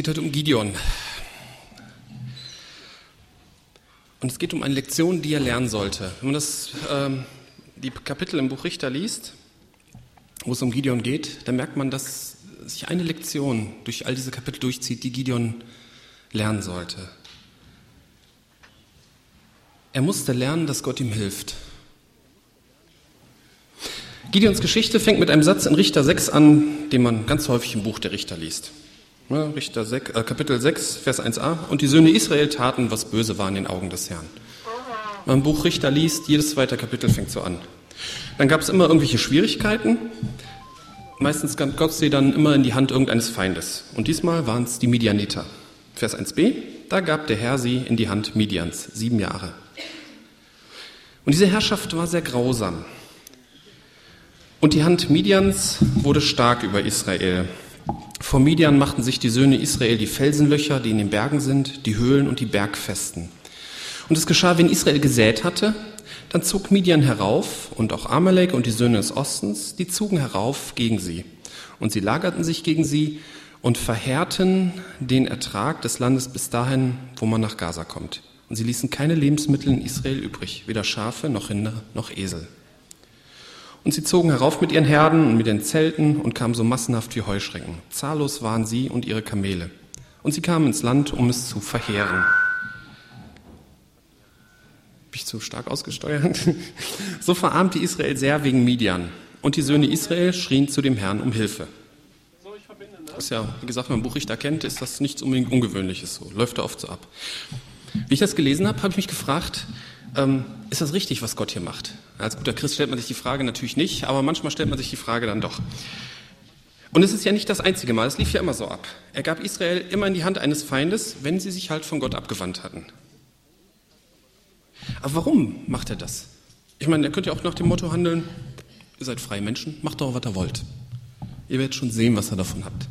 Es geht heute um Gideon. Und es geht um eine Lektion, die er lernen sollte. Wenn man die Kapitel im Buch Richter liest, wo es um Gideon geht, dann merkt man, dass sich eine Lektion durch all diese Kapitel durchzieht, die Gideon lernen sollte. Er musste lernen, dass Gott ihm hilft. Gideons Geschichte fängt mit einem Satz in Richter 6 an, den man ganz häufig im Buch der Richter liest. Ja, Richter 6, Kapitel 6, Vers 1a. Und die Söhne Israel taten, was böse war in den Augen des Herrn. Wenn man im Buch Richter liest, jedes zweite Kapitel fängt so an. Dann gab es immer irgendwelche Schwierigkeiten. Meistens gab Gott sie dann immer in die Hand irgendeines Feindes. Und diesmal waren es die Midianiter. Vers 1b, da gab der Herr sie in die Hand Midians, 7 Jahre. Und diese Herrschaft war sehr grausam. Und die Hand Midians wurde stark über Israel. Vor Midian machten sich die Söhne Israel die Felsenlöcher, die in den Bergen sind, die Höhlen und die Bergfesten. Und es geschah, wenn Israel gesät hatte, dann zog Midian herauf und auch Amalek und die Söhne des Ostens, die zogen herauf gegen sie. Und sie lagerten sich gegen sie und verheerten den Ertrag des Landes bis dahin, wo man nach Gaza kommt. Und sie ließen keine Lebensmittel in Israel übrig, weder Schafe noch Rinder noch Esel. Und sie zogen herauf mit ihren Herden und mit ihren Zelten und kamen so massenhaft wie Heuschrecken. Zahllos waren sie und ihre Kamele. Und sie kamen ins Land, um es zu verheeren. Bin ich zu stark ausgesteuert? So verarmte Israel sehr wegen Midian. Und die Söhne Israel schrien zu dem Herrn um Hilfe. Das ist ja, wie gesagt, wenn man Buch Richter kennt, ist das nichts unbedingt Ungewöhnliches. So läuft da oft so ab. Wie ich das gelesen habe, habe ich mich gefragt, ist das richtig, was Gott hier macht? Als guter Christ stellt man sich die Frage natürlich nicht, aber manchmal stellt man sich die Frage dann doch. Und es ist ja nicht das einzige Mal, es lief ja immer so ab. Er gab Israel immer in die Hand eines Feindes, wenn sie sich halt von Gott abgewandt hatten. Aber warum macht er das? Ich meine, er könnte ja auch nach dem Motto handeln, ihr seid freie Menschen, macht doch, was ihr wollt. Ihr werdet schon sehen, was ihr davon habt.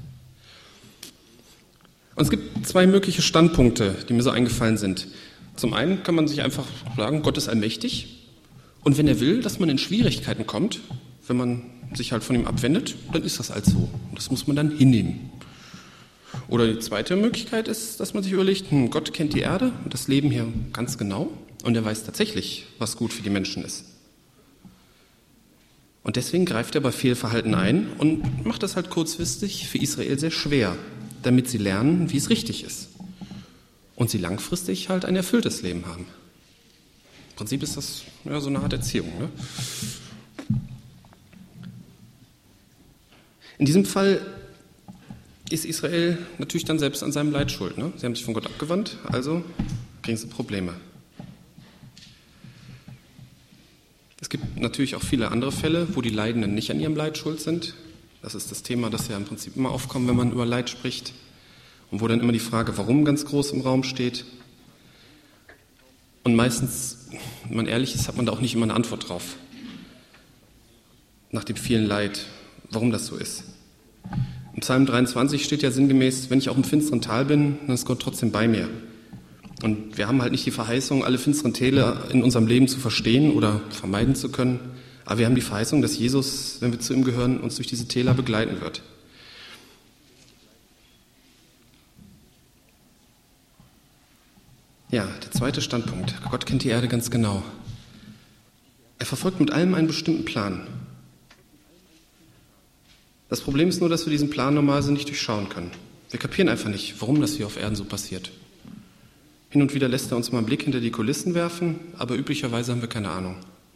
Und es gibt 2 mögliche Standpunkte, die mir so eingefallen sind. Zum einen kann man sich einfach sagen, Gott ist allmächtig und wenn er will, dass man in Schwierigkeiten kommt, wenn man sich halt von ihm abwendet, dann ist das halt so. Und das muss man dann hinnehmen. Oder die zweite Möglichkeit ist, dass man sich überlegt, Gott kennt die Erde und das Leben hier ganz genau und er weiß tatsächlich, was gut für die Menschen ist. Und deswegen greift er bei Fehlverhalten ein und macht das halt kurzfristig für Israel sehr schwer, damit sie lernen, wie es richtig ist. Und sie langfristig halt ein erfülltes Leben haben. Im Prinzip ist das ja so eine Art Erziehung. Ne? In diesem Fall ist Israel natürlich dann selbst an seinem Leid schuld. Ne? Sie haben sich von Gott abgewandt, also kriegen sie Probleme. Es gibt natürlich auch viele andere Fälle, wo die Leidenden nicht an ihrem Leid schuld sind. Das ist das Thema, das ja im Prinzip immer aufkommt, wenn man über Leid spricht. Und wo dann immer die Frage, warum, ganz groß im Raum steht. Und meistens, wenn man ehrlich ist, hat man da auch nicht immer eine Antwort drauf. Nach dem vielen Leid, warum das so ist. Im Psalm 23 steht ja sinngemäß, wenn ich auch im finsteren Tal bin, dann ist Gott trotzdem bei mir. Und wir haben halt nicht die Verheißung, alle finsteren Täler in unserem Leben zu verstehen oder vermeiden zu können. Aber wir haben die Verheißung, dass Jesus, wenn wir zu ihm gehören, uns durch diese Täler begleiten wird. Ja, der zweite Standpunkt. Gott kennt die Erde ganz genau. Er verfolgt mit allem einen bestimmten Plan. Das Problem ist nur, dass wir diesen Plan normalerweise nicht durchschauen können. Wir kapieren einfach nicht, warum das hier auf Erden so passiert. Hin und wieder lässt er uns mal einen Blick hinter die Kulissen werfen, aber üblicherweise haben wir keine Ahnung.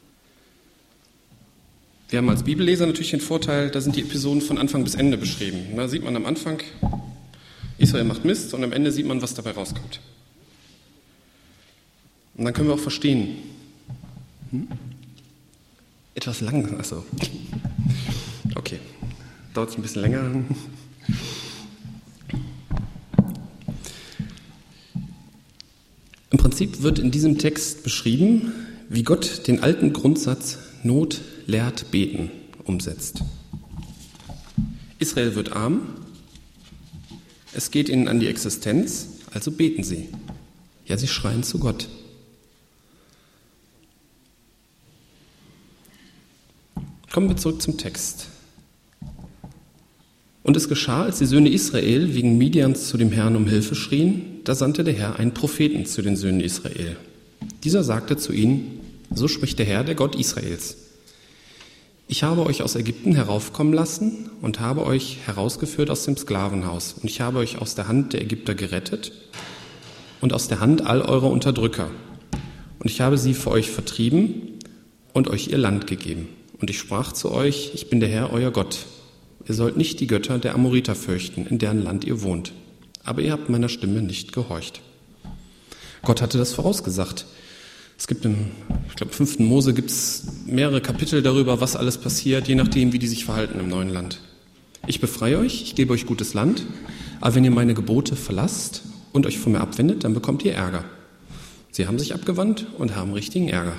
Wir haben als Bibelleser natürlich den Vorteil, da sind die Episoden von Anfang bis Ende beschrieben. Da sieht man am Anfang, Israel macht Mist und am Ende sieht man, was dabei rauskommt. Und dann können wir auch verstehen. Etwas lang, achso. Okay, dauert es ein bisschen länger. Im Prinzip wird in diesem Text beschrieben, wie Gott den alten Grundsatz Not lehrt beten umsetzt. Israel wird arm, es geht ihnen an die Existenz, also beten sie. Ja, sie schreien zu Gott. Kommen wir zurück zum Text. Und es geschah, als die Söhne Israel wegen Midians zu dem Herrn um Hilfe schrien, da sandte der Herr einen Propheten zu den Söhnen Israel. Dieser sagte zu ihnen, so spricht der Herr, der Gott Israels. Ich habe euch aus Ägypten heraufkommen lassen und habe euch herausgeführt aus dem Sklavenhaus. Und ich habe euch aus der Hand der Ägypter gerettet und aus der Hand all eurer Unterdrücker. Und ich habe sie für euch vertrieben und euch ihr Land gegeben. Und ich sprach zu euch, ich bin der Herr, euer Gott. Ihr sollt nicht die Götter der Amoriter fürchten, in deren Land ihr wohnt. Aber ihr habt meiner Stimme nicht gehorcht. Gott hatte das vorausgesagt. Es gibt im 5. Mose gibt es mehrere Kapitel darüber, was alles passiert, je nachdem, wie die sich verhalten im neuen Land. Ich befreie euch, ich gebe euch gutes Land, aber wenn ihr meine Gebote verlasst und euch von mir abwendet, dann bekommt ihr Ärger. Sie haben sich abgewandt und haben richtigen Ärger.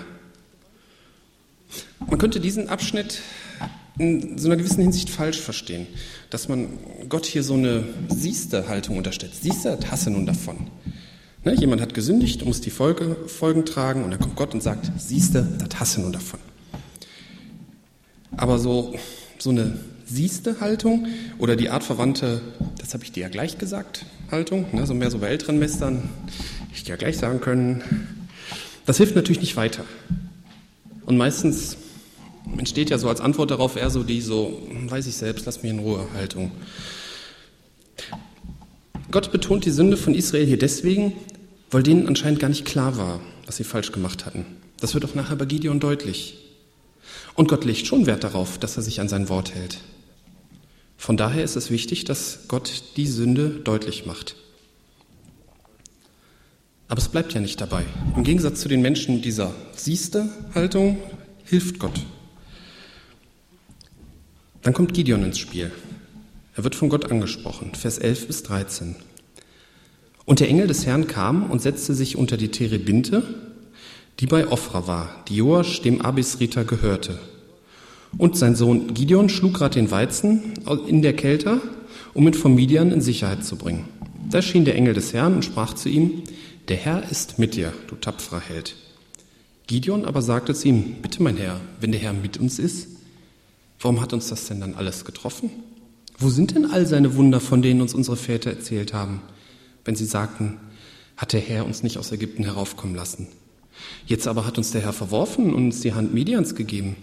Man könnte diesen Abschnitt in so einer gewissen Hinsicht falsch verstehen, dass man Gott hier so eine Siehste-Haltung unterstellt. Siehste, hasse nun davon. Ne, jemand hat gesündigt und muss die Folgen tragen und dann kommt Gott und sagt, siehste, das hasse nun davon. Aber so eine Siehste-Haltung oder die artverwandte, das habe ich dir ja gleich gesagt, Haltung, ne, so mehr so bei älteren Messern, ich dir ja gleich sagen können, das hilft natürlich nicht weiter. Und meistens entsteht ja so als Antwort darauf eher so die weiß ich selbst, lass mich in Ruhe Haltung. Gott betont die Sünde von Israel hier deswegen, weil denen anscheinend gar nicht klar war, was sie falsch gemacht hatten. Das wird auch nachher bei Gideon deutlich. Und Gott legt schon Wert darauf, dass er sich an sein Wort hält. Von daher ist es wichtig, dass Gott die Sünde deutlich macht. Aber es bleibt ja nicht dabei. Im Gegensatz zu den Menschen dieser Siehste-Haltung hilft Gott. Dann kommt Gideon ins Spiel. Er wird von Gott angesprochen, Vers 11 bis 13. Und der Engel des Herrn kam und setzte sich unter die Terebinte, die bei Ophra war, die Joasch dem Abisriter gehörte. Und sein Sohn Gideon schlug gerade den Weizen in der Kelter, um ihn von Midian in Sicherheit zu bringen. Da erschien der Engel des Herrn und sprach zu ihm, der Herr ist mit dir, du tapferer Held. Gideon aber sagte zu ihm, bitte mein Herr, wenn der Herr mit uns ist, warum hat uns das denn dann alles getroffen? Wo sind denn all seine Wunder, von denen uns unsere Väter erzählt haben, wenn sie sagten, hat der Herr uns nicht aus Ägypten heraufkommen lassen? Jetzt aber hat uns der Herr verworfen und uns die Hand Midians gegeben.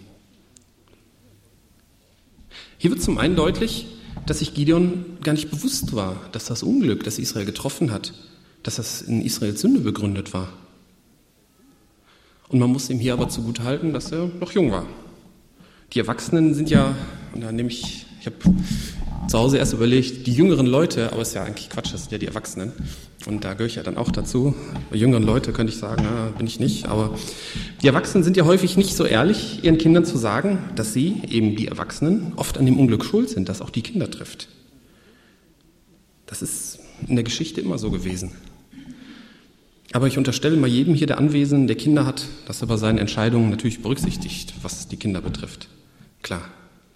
Hier wird zum einen deutlich, dass sich Gideon gar nicht bewusst war, dass das Unglück, das Israel getroffen hat, dass das in Israels Sünde begründet war. Und man muss ihm hier aber zugutehalten, dass er noch jung war. Die Erwachsenen sind ja, und da ich habe zu Hause erst überlegt, die jüngeren Leute, aber es ist ja eigentlich Quatsch, das sind ja die Erwachsenen. Und da gehöre ich ja dann auch dazu. Bei jüngeren Leute könnte ich sagen, bin ich nicht. Aber die Erwachsenen sind ja häufig nicht so ehrlich, ihren Kindern zu sagen, dass sie, eben die Erwachsenen, oft an dem Unglück schuld sind, das auch die Kinder trifft. Das ist in der Geschichte immer so gewesen. Aber ich unterstelle mal jedem hier der Anwesenden, der Kinder hat, dass er bei seinen Entscheidungen natürlich berücksichtigt, was die Kinder betrifft. Klar.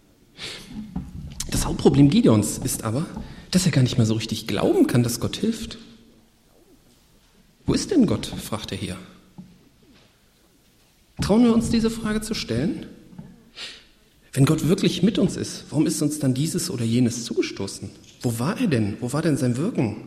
Das Hauptproblem Gideons ist aber, dass er gar nicht mehr so richtig glauben kann, dass Gott hilft. Wo ist denn Gott, fragt er hier. Trauen wir uns diese Frage zu stellen? Wenn Gott wirklich mit uns ist, warum ist uns dann dieses oder jenes zugestoßen? Wo war er denn? Wo war denn sein Wirken?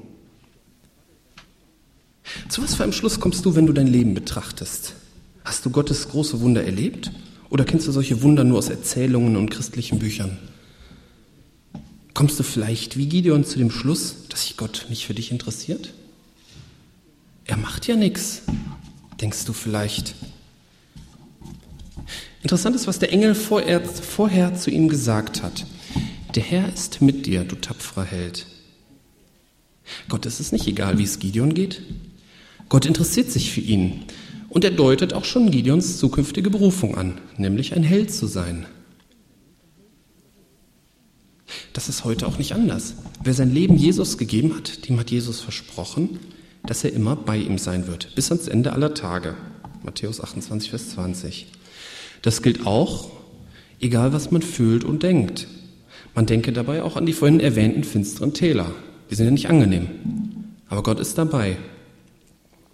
Zu was für einem Schluss kommst du, wenn du dein Leben betrachtest? Hast du Gottes große Wunder erlebt? Oder kennst du solche Wunder nur aus Erzählungen und christlichen Büchern? Kommst du vielleicht wie Gideon zu dem Schluss, dass sich Gott nicht für dich interessiert? Er macht ja nichts, denkst du vielleicht. Interessant ist, was der Engel vorher zu ihm gesagt hat. Der Herr ist mit dir, du tapferer Held. Gott ist es nicht egal, wie es Gideon geht. Gott interessiert sich für ihn und er deutet auch schon Gideons zukünftige Berufung an, nämlich ein Held zu sein. Das ist heute auch nicht anders. Wer sein Leben Jesus gegeben hat, dem hat Jesus versprochen, dass er immer bei ihm sein wird, bis ans Ende aller Tage. Matthäus 28, Vers 20. Das gilt auch, egal was man fühlt und denkt. Man denke dabei auch an die vorhin erwähnten finsteren Täler. Die sind ja nicht angenehm, aber Gott ist dabei.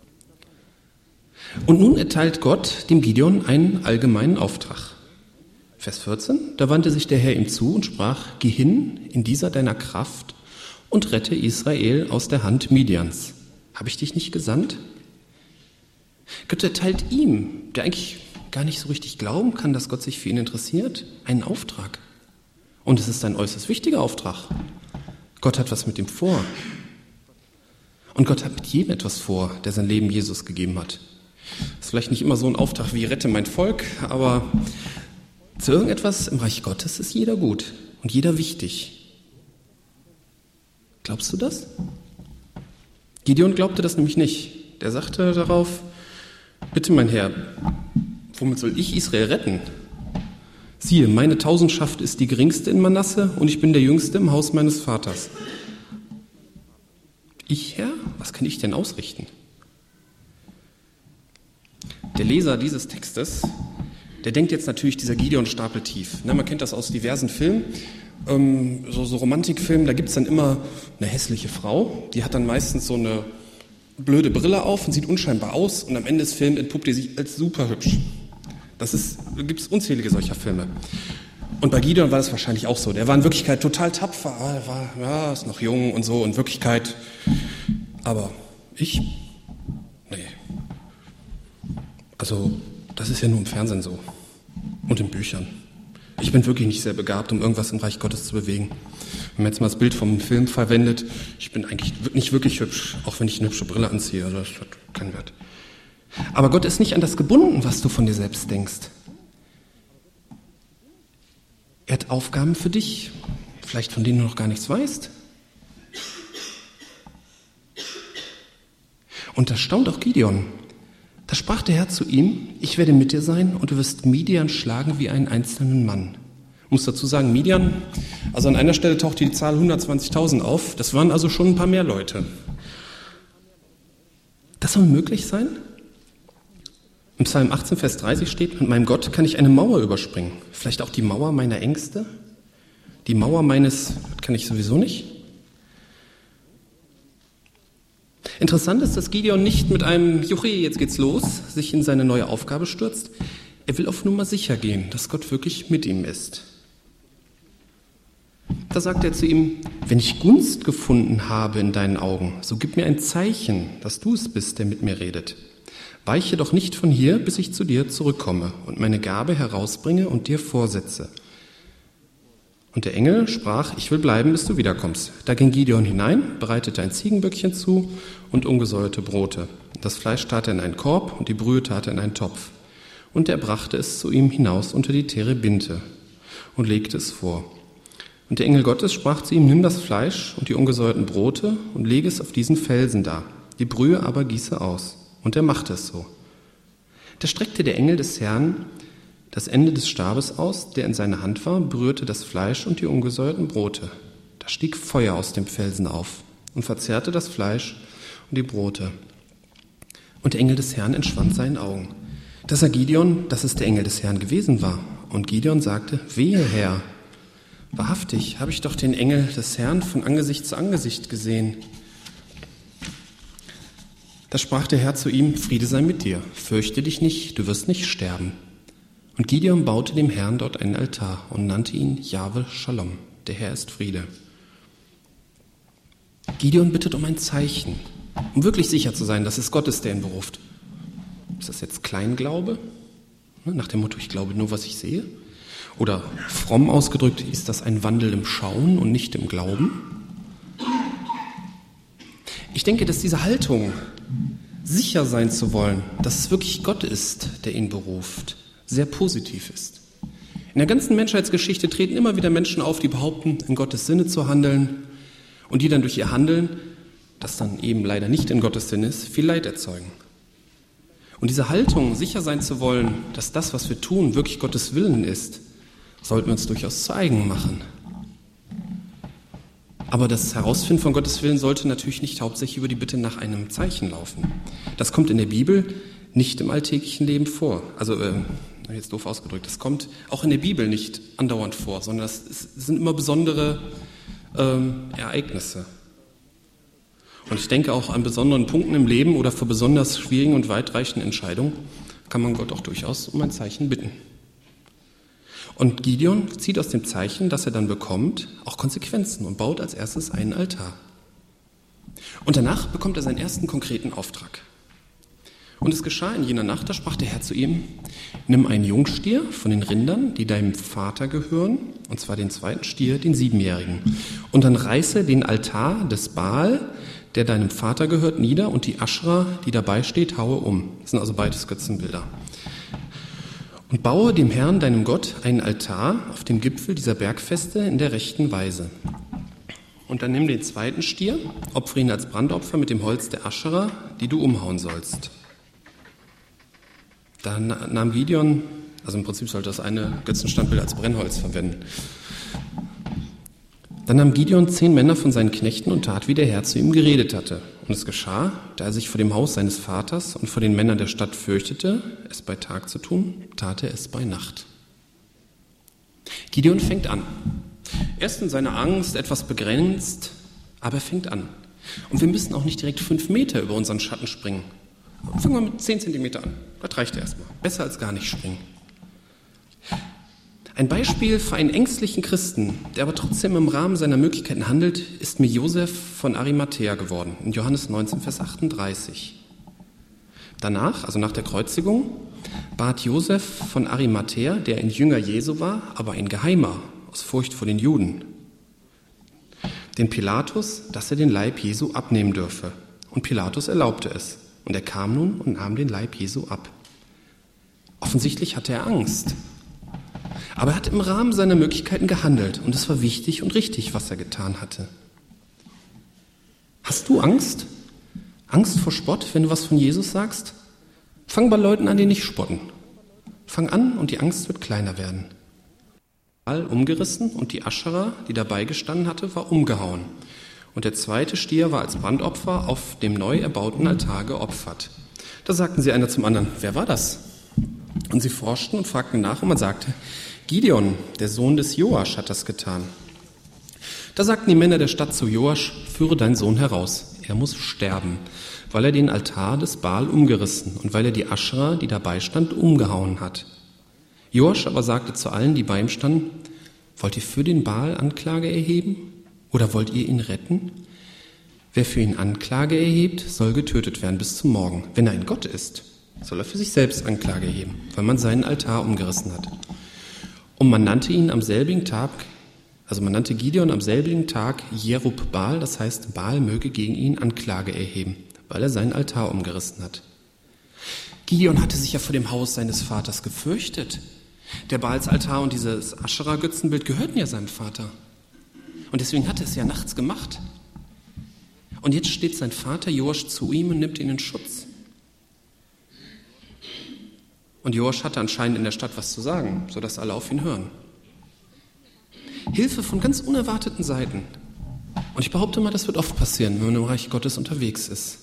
Und nun erteilt Gott dem Gideon einen allgemeinen Auftrag. Vers 14, da wandte sich der Herr ihm zu und sprach, geh hin in dieser deiner Kraft und rette Israel aus der Hand Midians. Habe ich dich nicht gesandt? Gott erteilt ihm, der eigentlich gar nicht so richtig glauben kann, dass Gott sich für ihn interessiert, einen Auftrag. Und es ist ein äußerst wichtiger Auftrag. Gott hat was mit ihm vor. Und Gott hat mit jedem etwas vor, der sein Leben Jesus gegeben hat. Das ist vielleicht nicht immer so ein Auftrag wie rette mein Volk, aber zu irgendetwas im Reich Gottes ist jeder gut und jeder wichtig. Glaubst du das? Gideon glaubte das nämlich nicht. Der sagte darauf, bitte mein Herr, womit soll ich Israel retten? Siehe, meine Tausendschaft ist die geringste in Manasse und ich bin der Jüngste im Haus meines Vaters. Ich, Herr? Was kann ich denn ausrichten? Der Leser dieses Textes, der denkt jetzt natürlich, dieser Gideon stapelt tief. Man kennt das aus diversen Filmen, so Romantikfilmen, da gibt es dann immer eine hässliche Frau, die hat dann meistens so eine blöde Brille auf und sieht unscheinbar aus und am Ende des Films entpuppt die sich als super hübsch. Da gibt es unzählige solcher Filme. Und bei Gideon war das wahrscheinlich auch so. Der war in Wirklichkeit total tapfer, ist noch jung und so, in Wirklichkeit. Aber ich? Nee. Also, das ist ja nur im Fernsehen so. Und in Büchern. Ich bin wirklich nicht sehr begabt, um irgendwas im Reich Gottes zu bewegen. Wenn man jetzt mal das Bild vom Film verwendet, ich bin eigentlich nicht wirklich hübsch, auch wenn ich eine hübsche Brille anziehe. Also das hat keinen Wert. Aber Gott ist nicht an das gebunden, was du von dir selbst denkst. Er hat Aufgaben für dich, vielleicht von denen du noch gar nichts weißt. Und das staunt auch Gideon. Da sprach der Herr zu ihm, ich werde mit dir sein und du wirst Midian schlagen wie einen einzelnen Mann. Ich muss dazu sagen, Midian, also an einer Stelle taucht die Zahl 120.000 auf. Das waren also schon ein paar mehr Leute. Das soll möglich sein? Im Psalm 18, Vers 30 steht, mit meinem Gott kann ich eine Mauer überspringen. Vielleicht auch die Mauer meiner Ängste? Die Mauer meines, kann ich sowieso nicht? Interessant ist, dass Gideon nicht mit einem Juche, jetzt geht's los, sich in seine neue Aufgabe stürzt. Er will auf Nummer sicher gehen, dass Gott wirklich mit ihm ist. Da sagt er zu ihm, wenn ich Gunst gefunden habe in deinen Augen, so gib mir ein Zeichen, dass du es bist, der mit mir redet. Weiche doch nicht von hier, bis ich zu dir zurückkomme und meine Gabe herausbringe und dir vorsetze. Und der Engel sprach, ich will bleiben, bis du wiederkommst. Da ging Gideon hinein, bereitete ein Ziegenböckchen zu und ungesäuerte Brote. Das Fleisch tat er in einen Korb und die Brühe tat er in einen Topf. Und er brachte es zu ihm hinaus unter die Terebinte und legte es vor. Und der Engel Gottes sprach zu ihm, nimm das Fleisch und die ungesäuerten Brote und lege es auf diesen Felsen da. Die Brühe aber gieße aus. Und er machte es so. Da streckte der Engel des Herrn das Ende des Stabes aus, der in seiner Hand war, berührte das Fleisch und die ungesäuerten Brote. Da stieg Feuer aus dem Felsen auf und verzehrte das Fleisch und die Brote. Und der Engel des Herrn entschwand seinen Augen. Da sah Gideon, dass es der Engel des Herrn gewesen war. Und Gideon sagte, wehe, Herr, wahrhaftig habe ich doch den Engel des Herrn von Angesicht zu Angesicht gesehen. Da sprach der Herr zu ihm, Friede sei mit dir, fürchte dich nicht, du wirst nicht sterben. Und Gideon baute dem Herrn dort einen Altar und nannte ihn Jahwe Shalom, der Herr ist Friede. Gideon bittet um ein Zeichen, um wirklich sicher zu sein, dass es Gott ist, der ihn beruft. Ist das jetzt Kleinglaube? Nach dem Motto, ich glaube nur, was ich sehe? Oder fromm ausgedrückt, ist das ein Wandel im Schauen und nicht im Glauben? Ich denke, dass diese Haltung, sicher sein zu wollen, dass es wirklich Gott ist, der ihn beruft, sehr positiv ist. In der ganzen Menschheitsgeschichte treten immer wieder Menschen auf, die behaupten, in Gottes Sinne zu handeln und die dann durch ihr Handeln, das dann eben leider nicht in Gottes Sinne ist, viel Leid erzeugen. Und diese Haltung, sicher sein zu wollen, dass das, was wir tun, wirklich Gottes Willen ist, sollten wir uns durchaus zu eigen machen. Aber das Herausfinden von Gottes Willen sollte natürlich nicht hauptsächlich über die Bitte nach einem Zeichen laufen. Das kommt in der Bibel nicht im alltäglichen Leben vor. Also, jetzt doof ausgedrückt, das kommt auch in der Bibel nicht andauernd vor, sondern es sind immer besondere Ereignisse. Und ich denke auch an besonderen Punkten im Leben oder für besonders schwierigen und weitreichenden Entscheidungen kann man Gott auch durchaus um ein Zeichen bitten. Und Gideon zieht aus dem Zeichen, das er dann bekommt, auch Konsequenzen und baut als erstes einen Altar. Und danach bekommt er seinen ersten konkreten Auftrag. Und es geschah in jener Nacht, da sprach der Herr zu ihm: Nimm einen Jungstier von den Rindern, die deinem Vater gehören, und zwar den zweiten Stier, den 7-jährigen. Und dann reiße den Altar des Baal, der deinem Vater gehört, nieder, und die Aschera, die dabei steht, haue um. Das sind also beides Götzenbilder. Und baue dem Herrn, deinem Gott, einen Altar auf dem Gipfel dieser Bergfeste in der rechten Weise. Und dann nimm den zweiten Stier, opfere ihn als Brandopfer mit dem Holz der Aschera, die du umhauen sollst. Dann nahm Gideon, also im Prinzip sollte das eine Götzenstandbild als Brennholz verwenden. Dann nahm Gideon 10 Männer von seinen Knechten und tat, wie der Herr zu ihm geredet hatte. Und es geschah, da er sich vor dem Haus seines Vaters und vor den Männern der Stadt fürchtete, es bei Tag zu tun, tat er es bei Nacht. Gideon fängt an. Er ist in seiner Angst etwas begrenzt, aber er fängt an. Und wir müssen auch nicht direkt 5 Meter über unseren Schatten springen. Fangen wir mit 10 Zentimeter an. Das reicht erstmal. Besser als gar nicht springen. Ein Beispiel für einen ängstlichen Christen, der aber trotzdem im Rahmen seiner Möglichkeiten handelt, ist mir Josef von Arimathäa geworden, in Johannes 19, Vers 38. Danach, also nach der Kreuzigung, bat Josef von Arimathäa, der ein Jünger Jesu war, aber ein Geheimer, aus Furcht vor den Juden, den Pilatus, dass er den Leib Jesu abnehmen dürfe. Und Pilatus erlaubte es. Und er kam nun und nahm den Leib Jesu ab. Offensichtlich hatte er Angst. Aber er hat im Rahmen seiner Möglichkeiten gehandelt. Und es war wichtig und richtig, was er getan hatte. Hast du Angst? Angst vor Spott, wenn du was von Jesus sagst? Fang bei Leuten an, die nicht spotten. Fang an und die Angst wird kleiner werden. Umgerissen und die Aschera, die dabei gestanden hatte, war umgehauen. Und der zweite Stier war als Brandopfer auf dem neu erbauten Altar geopfert. Da sagten sie einer zum anderen: Wer war das? Und sie forschten und fragten nach, und man sagte: Gideon, der Sohn des Joasch, hat das getan. Da sagten die Männer der Stadt zu Joasch: Führe deinen Sohn heraus, er muss sterben, weil er den Altar des Baal umgerissen und weil er die Aschera, die dabei stand, umgehauen hat. Joasch aber sagte zu allen, die bei ihm standen: Wollt ihr für den Baal Anklage erheben? Oder wollt ihr ihn retten? Wer für ihn Anklage erhebt, soll getötet werden bis zum Morgen. Wenn er ein Gott ist, soll er für sich selbst Anklage erheben, weil man seinen Altar umgerissen hat. Und man nannte ihn am selbigen Tag, also man nannte Gideon am selbigen Tag Jerub-Baal, das heißt, Baal möge gegen ihn Anklage erheben, weil er seinen Altar umgerissen hat. Gideon hatte sich ja vor dem Haus seines Vaters gefürchtet. Der Baalsaltar und dieses Aschera-Götzenbild gehörten ja seinem Vater. Und deswegen hat er es ja nachts gemacht. Und jetzt steht sein Vater Joasch zu ihm und nimmt ihn in Schutz. Und Joasch hatte anscheinend in der Stadt was zu sagen, sodass alle auf ihn hören. Hilfe von ganz unerwarteten Seiten. Und ich behaupte mal, das wird oft passieren, wenn man im Reich Gottes unterwegs ist.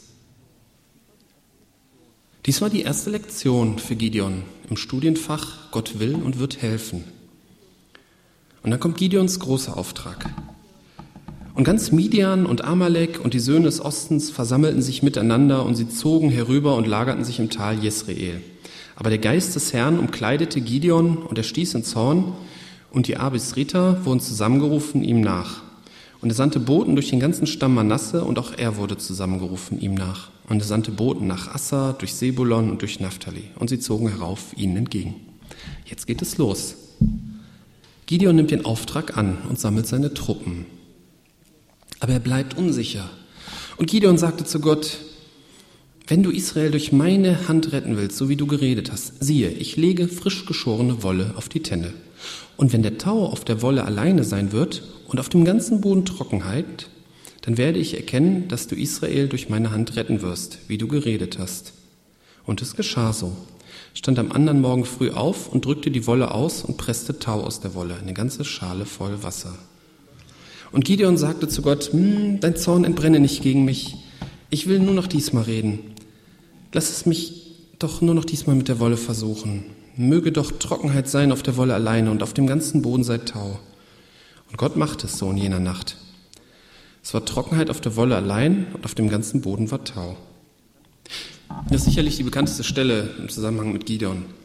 Dies war die erste Lektion für Gideon im Studienfach Gott will und wird helfen. Und dann kommt Gideons großer Auftrag. Und ganz Midian und Amalek und die Söhne des Ostens versammelten sich miteinander und sie zogen herüber und lagerten sich im Tal Jesreel. Aber der Geist des Herrn umkleidete Gideon und er stieß in Zorn und die Abisriter wurden zusammengerufen ihm nach. Und er sandte Boten durch den ganzen Stamm Manasse und auch er wurde zusammengerufen ihm nach. Und er sandte Boten nach Asser, durch Sebulon und durch Naphtali. Und sie zogen herauf ihnen entgegen. Jetzt geht es los. Gideon nimmt den Auftrag an und sammelt seine Truppen. Aber er bleibt unsicher. Und Gideon sagte zu Gott: Wenn du Israel durch meine Hand retten willst, so wie du geredet hast, siehe, ich lege frisch geschorene Wolle auf die Tenne. Und wenn der Tau auf der Wolle alleine sein wird und auf dem ganzen Boden Trockenheit, dann werde ich erkennen, dass du Israel durch meine Hand retten wirst, wie du geredet hast. Und es geschah so. Stand am anderen Morgen früh auf und drückte die Wolle aus und presste Tau aus der Wolle, eine ganze Schale voll Wasser. Und Gideon sagte zu Gott: Dein Zorn entbrenne nicht gegen mich. Ich will nur noch diesmal reden. Lass es mich doch nur noch diesmal mit der Wolle versuchen. Möge doch Trockenheit sein auf der Wolle alleine und auf dem ganzen Boden sei Tau. Und Gott machte es so in jener Nacht. Es war Trockenheit auf der Wolle allein und auf dem ganzen Boden war Tau. Das ist sicherlich die bekannteste Stelle im Zusammenhang mit Gideon.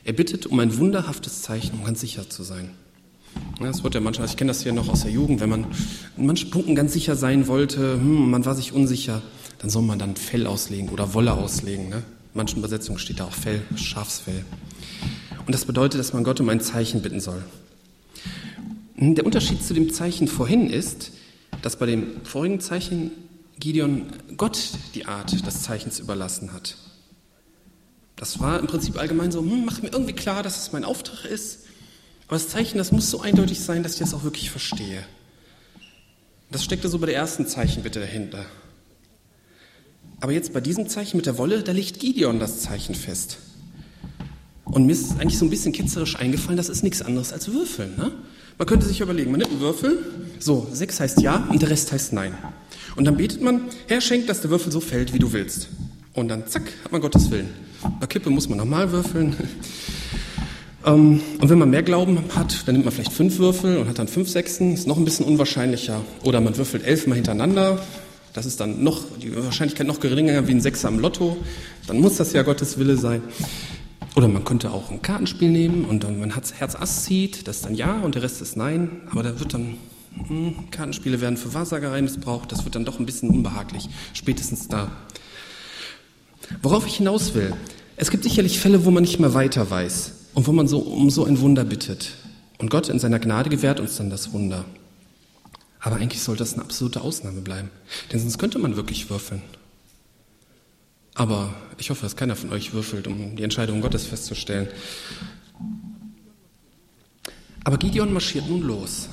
Er bittet um ein wunderhaftes Zeichen, um ganz sicher zu sein. Ja, das wird ja manchmal, ich kenne das hier noch aus der Jugend, wenn man in manchen Punkten ganz sicher sein wollte, man war sich unsicher, dann soll man dann Fell auslegen oder Wolle auslegen. Ne? In manchen Übersetzungen steht da auch Fell, Schafsfell. Und das bedeutet, dass man Gott um ein Zeichen bitten soll. Der Unterschied zu dem Zeichen vorhin ist, dass bei dem vorigen Zeichen Gideon Gott die Art des Zeichens überlassen hat. Das war im Prinzip allgemein so, mach mir irgendwie klar, dass es mein Auftrag ist. Aber das Zeichen, das muss so eindeutig sein, dass ich das auch wirklich verstehe. Das steckte so bei der ersten Zeichenbitte dahinter. Aber jetzt bei diesem Zeichen mit der Wolle, da legt Gideon das Zeichen fest. Und mir ist eigentlich so ein bisschen ketzerisch eingefallen, das ist nichts anderes als Würfeln. Ne? Man könnte sich überlegen, man nimmt einen Würfel, so 6 heißt ja und der Rest heißt nein. Und dann betet man, Herr, schenk, dass der Würfel so fällt, wie du willst. Und dann zack, hat man Gottes Willen. Bei Kippe muss man nochmal würfeln. Und wenn man mehr Glauben hat, dann nimmt man vielleicht 5 Würfel und hat dann 5 Sechsen, ist noch ein bisschen unwahrscheinlicher. Oder man würfelt 11 Mal hintereinander, das ist dann noch die Wahrscheinlichkeit noch geringer wie ein Sechser am Lotto, dann muss das ja Gottes Wille sein. Oder man könnte auch ein Kartenspiel nehmen und dann, wenn Herz Ass zieht, das ist dann ja und der Rest ist nein, aber da wird dann, Kartenspiele werden für Wahrsagerei missbraucht, das wird dann doch ein bisschen unbehaglich, spätestens da. Worauf ich hinaus will, es gibt sicherlich Fälle, wo man nicht mehr weiter weiß. Und wo man so um so ein Wunder bittet. Und Gott in seiner Gnade gewährt uns dann das Wunder. Aber eigentlich sollte das eine absolute Ausnahme bleiben. Denn sonst könnte man wirklich würfeln. Aber ich hoffe, dass keiner von euch würfelt, um die Entscheidung Gottes festzustellen. Aber Gideon marschiert nun los.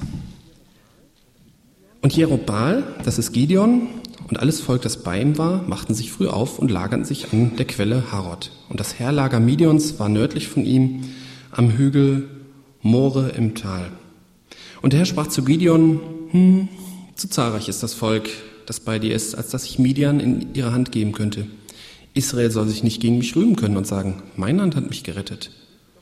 Und Jerubbaal, das ist Gideon, und alles Volk, das bei ihm war, machten sich früh auf und lagerten sich an der Quelle Harod. Und das Heerlager Midions war nördlich von ihm am Hügel More im Tal. Und der Herr sprach zu Gideon, zu zahlreich ist das Volk, das bei dir ist, als dass ich Midian in ihre Hand geben könnte. Israel soll sich nicht gegen mich rühmen können und sagen, meine Hand hat mich gerettet.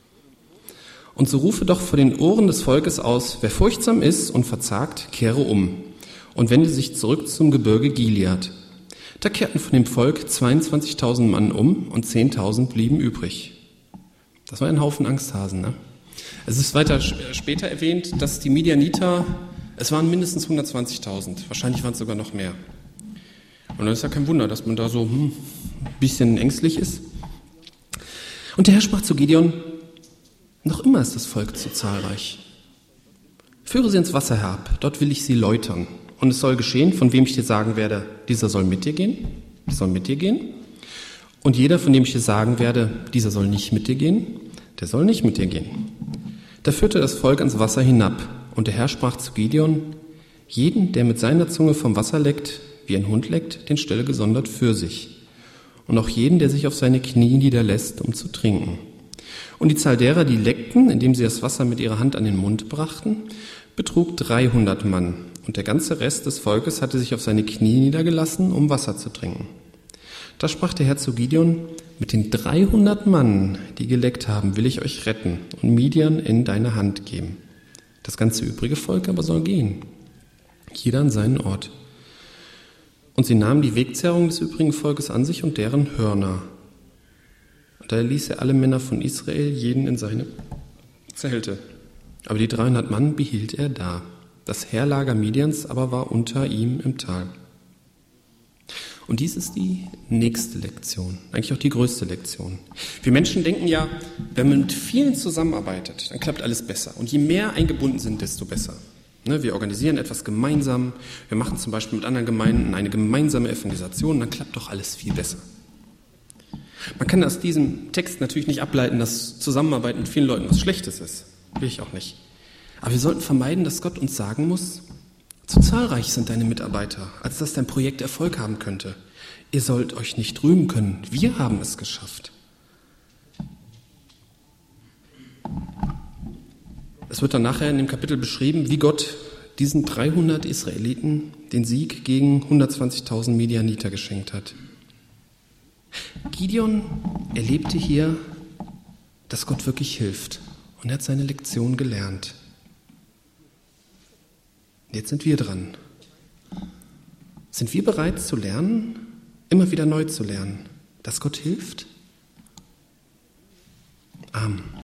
Und so rufe doch vor den Ohren des Volkes aus, wer furchtsam ist und verzagt, kehre um und wende sich zurück zum Gebirge Gilead. Da kehrten von dem Volk 22.000 Mann um und 10.000 blieben übrig. Das war ein Haufen Angsthasen. Ne? Es ist weiter später erwähnt, dass die Midianiter, es waren mindestens 120.000, wahrscheinlich waren es sogar noch mehr. Und dann ist ja kein Wunder, dass man da so ein bisschen ängstlich ist. Und der Herr sprach zu Gideon, noch immer ist das Volk zu zahlreich. Führe sie ins Wasser herab, dort will ich sie läutern. Und es soll geschehen, von wem ich dir sagen werde, dieser soll mit dir gehen, der soll mit dir gehen. Und jeder, von dem ich dir sagen werde, dieser soll nicht mit dir gehen, der soll nicht mit dir gehen. Da führte das Volk ans Wasser hinab. Und der Herr sprach zu Gideon, jeden, der mit seiner Zunge vom Wasser leckt, wie ein Hund leckt, den stelle gesondert für sich. Und auch jeden, der sich auf seine Knie niederlässt, um zu trinken. Und die Zahl derer, die leckten, indem sie das Wasser mit ihrer Hand an den Mund brachten, betrug 300 Mann. Und der ganze Rest des Volkes hatte sich auf seine Knie niedergelassen, um Wasser zu trinken. Da sprach der Herr zu Gideon, mit den 300 Mann, die geleckt haben, will ich euch retten und Midian in deine Hand geben. Das ganze übrige Volk aber soll gehen, jeder an seinen Ort. Und sie nahmen die Wegzehrung des übrigen Volkes an sich und deren Hörner. Und da ließ er alle Männer von Israel, jeden in seine Zelte. Aber die 300 Mann behielt er da. Das Heerlager Midians aber war unter ihm im Tal. Und dies ist die nächste Lektion, eigentlich auch die größte Lektion. Wir Menschen denken ja, wenn man mit vielen zusammenarbeitet, dann klappt alles besser. Und je mehr eingebunden sind, desto besser. Wir organisieren etwas gemeinsam, wir machen zum Beispiel mit anderen Gemeinden eine gemeinsame Evangelisation, dann klappt doch alles viel besser. Man kann aus diesem Text natürlich nicht ableiten, dass Zusammenarbeit mit vielen Leuten was Schlechtes ist. Will ich auch nicht. Aber wir sollten vermeiden, dass Gott uns sagen muss, zu zahlreich sind deine Mitarbeiter, als dass dein Projekt Erfolg haben könnte. Ihr sollt euch nicht rühmen können. Wir haben es geschafft. Es wird dann nachher in dem Kapitel beschrieben, wie Gott diesen 300 Israeliten den Sieg gegen 120.000 Midianiter geschenkt hat. Gideon erlebte hier, dass Gott wirklich hilft und er hat seine Lektion gelernt. Jetzt sind wir dran. Sind wir bereit zu lernen, immer wieder neu zu lernen, dass Gott hilft? Amen.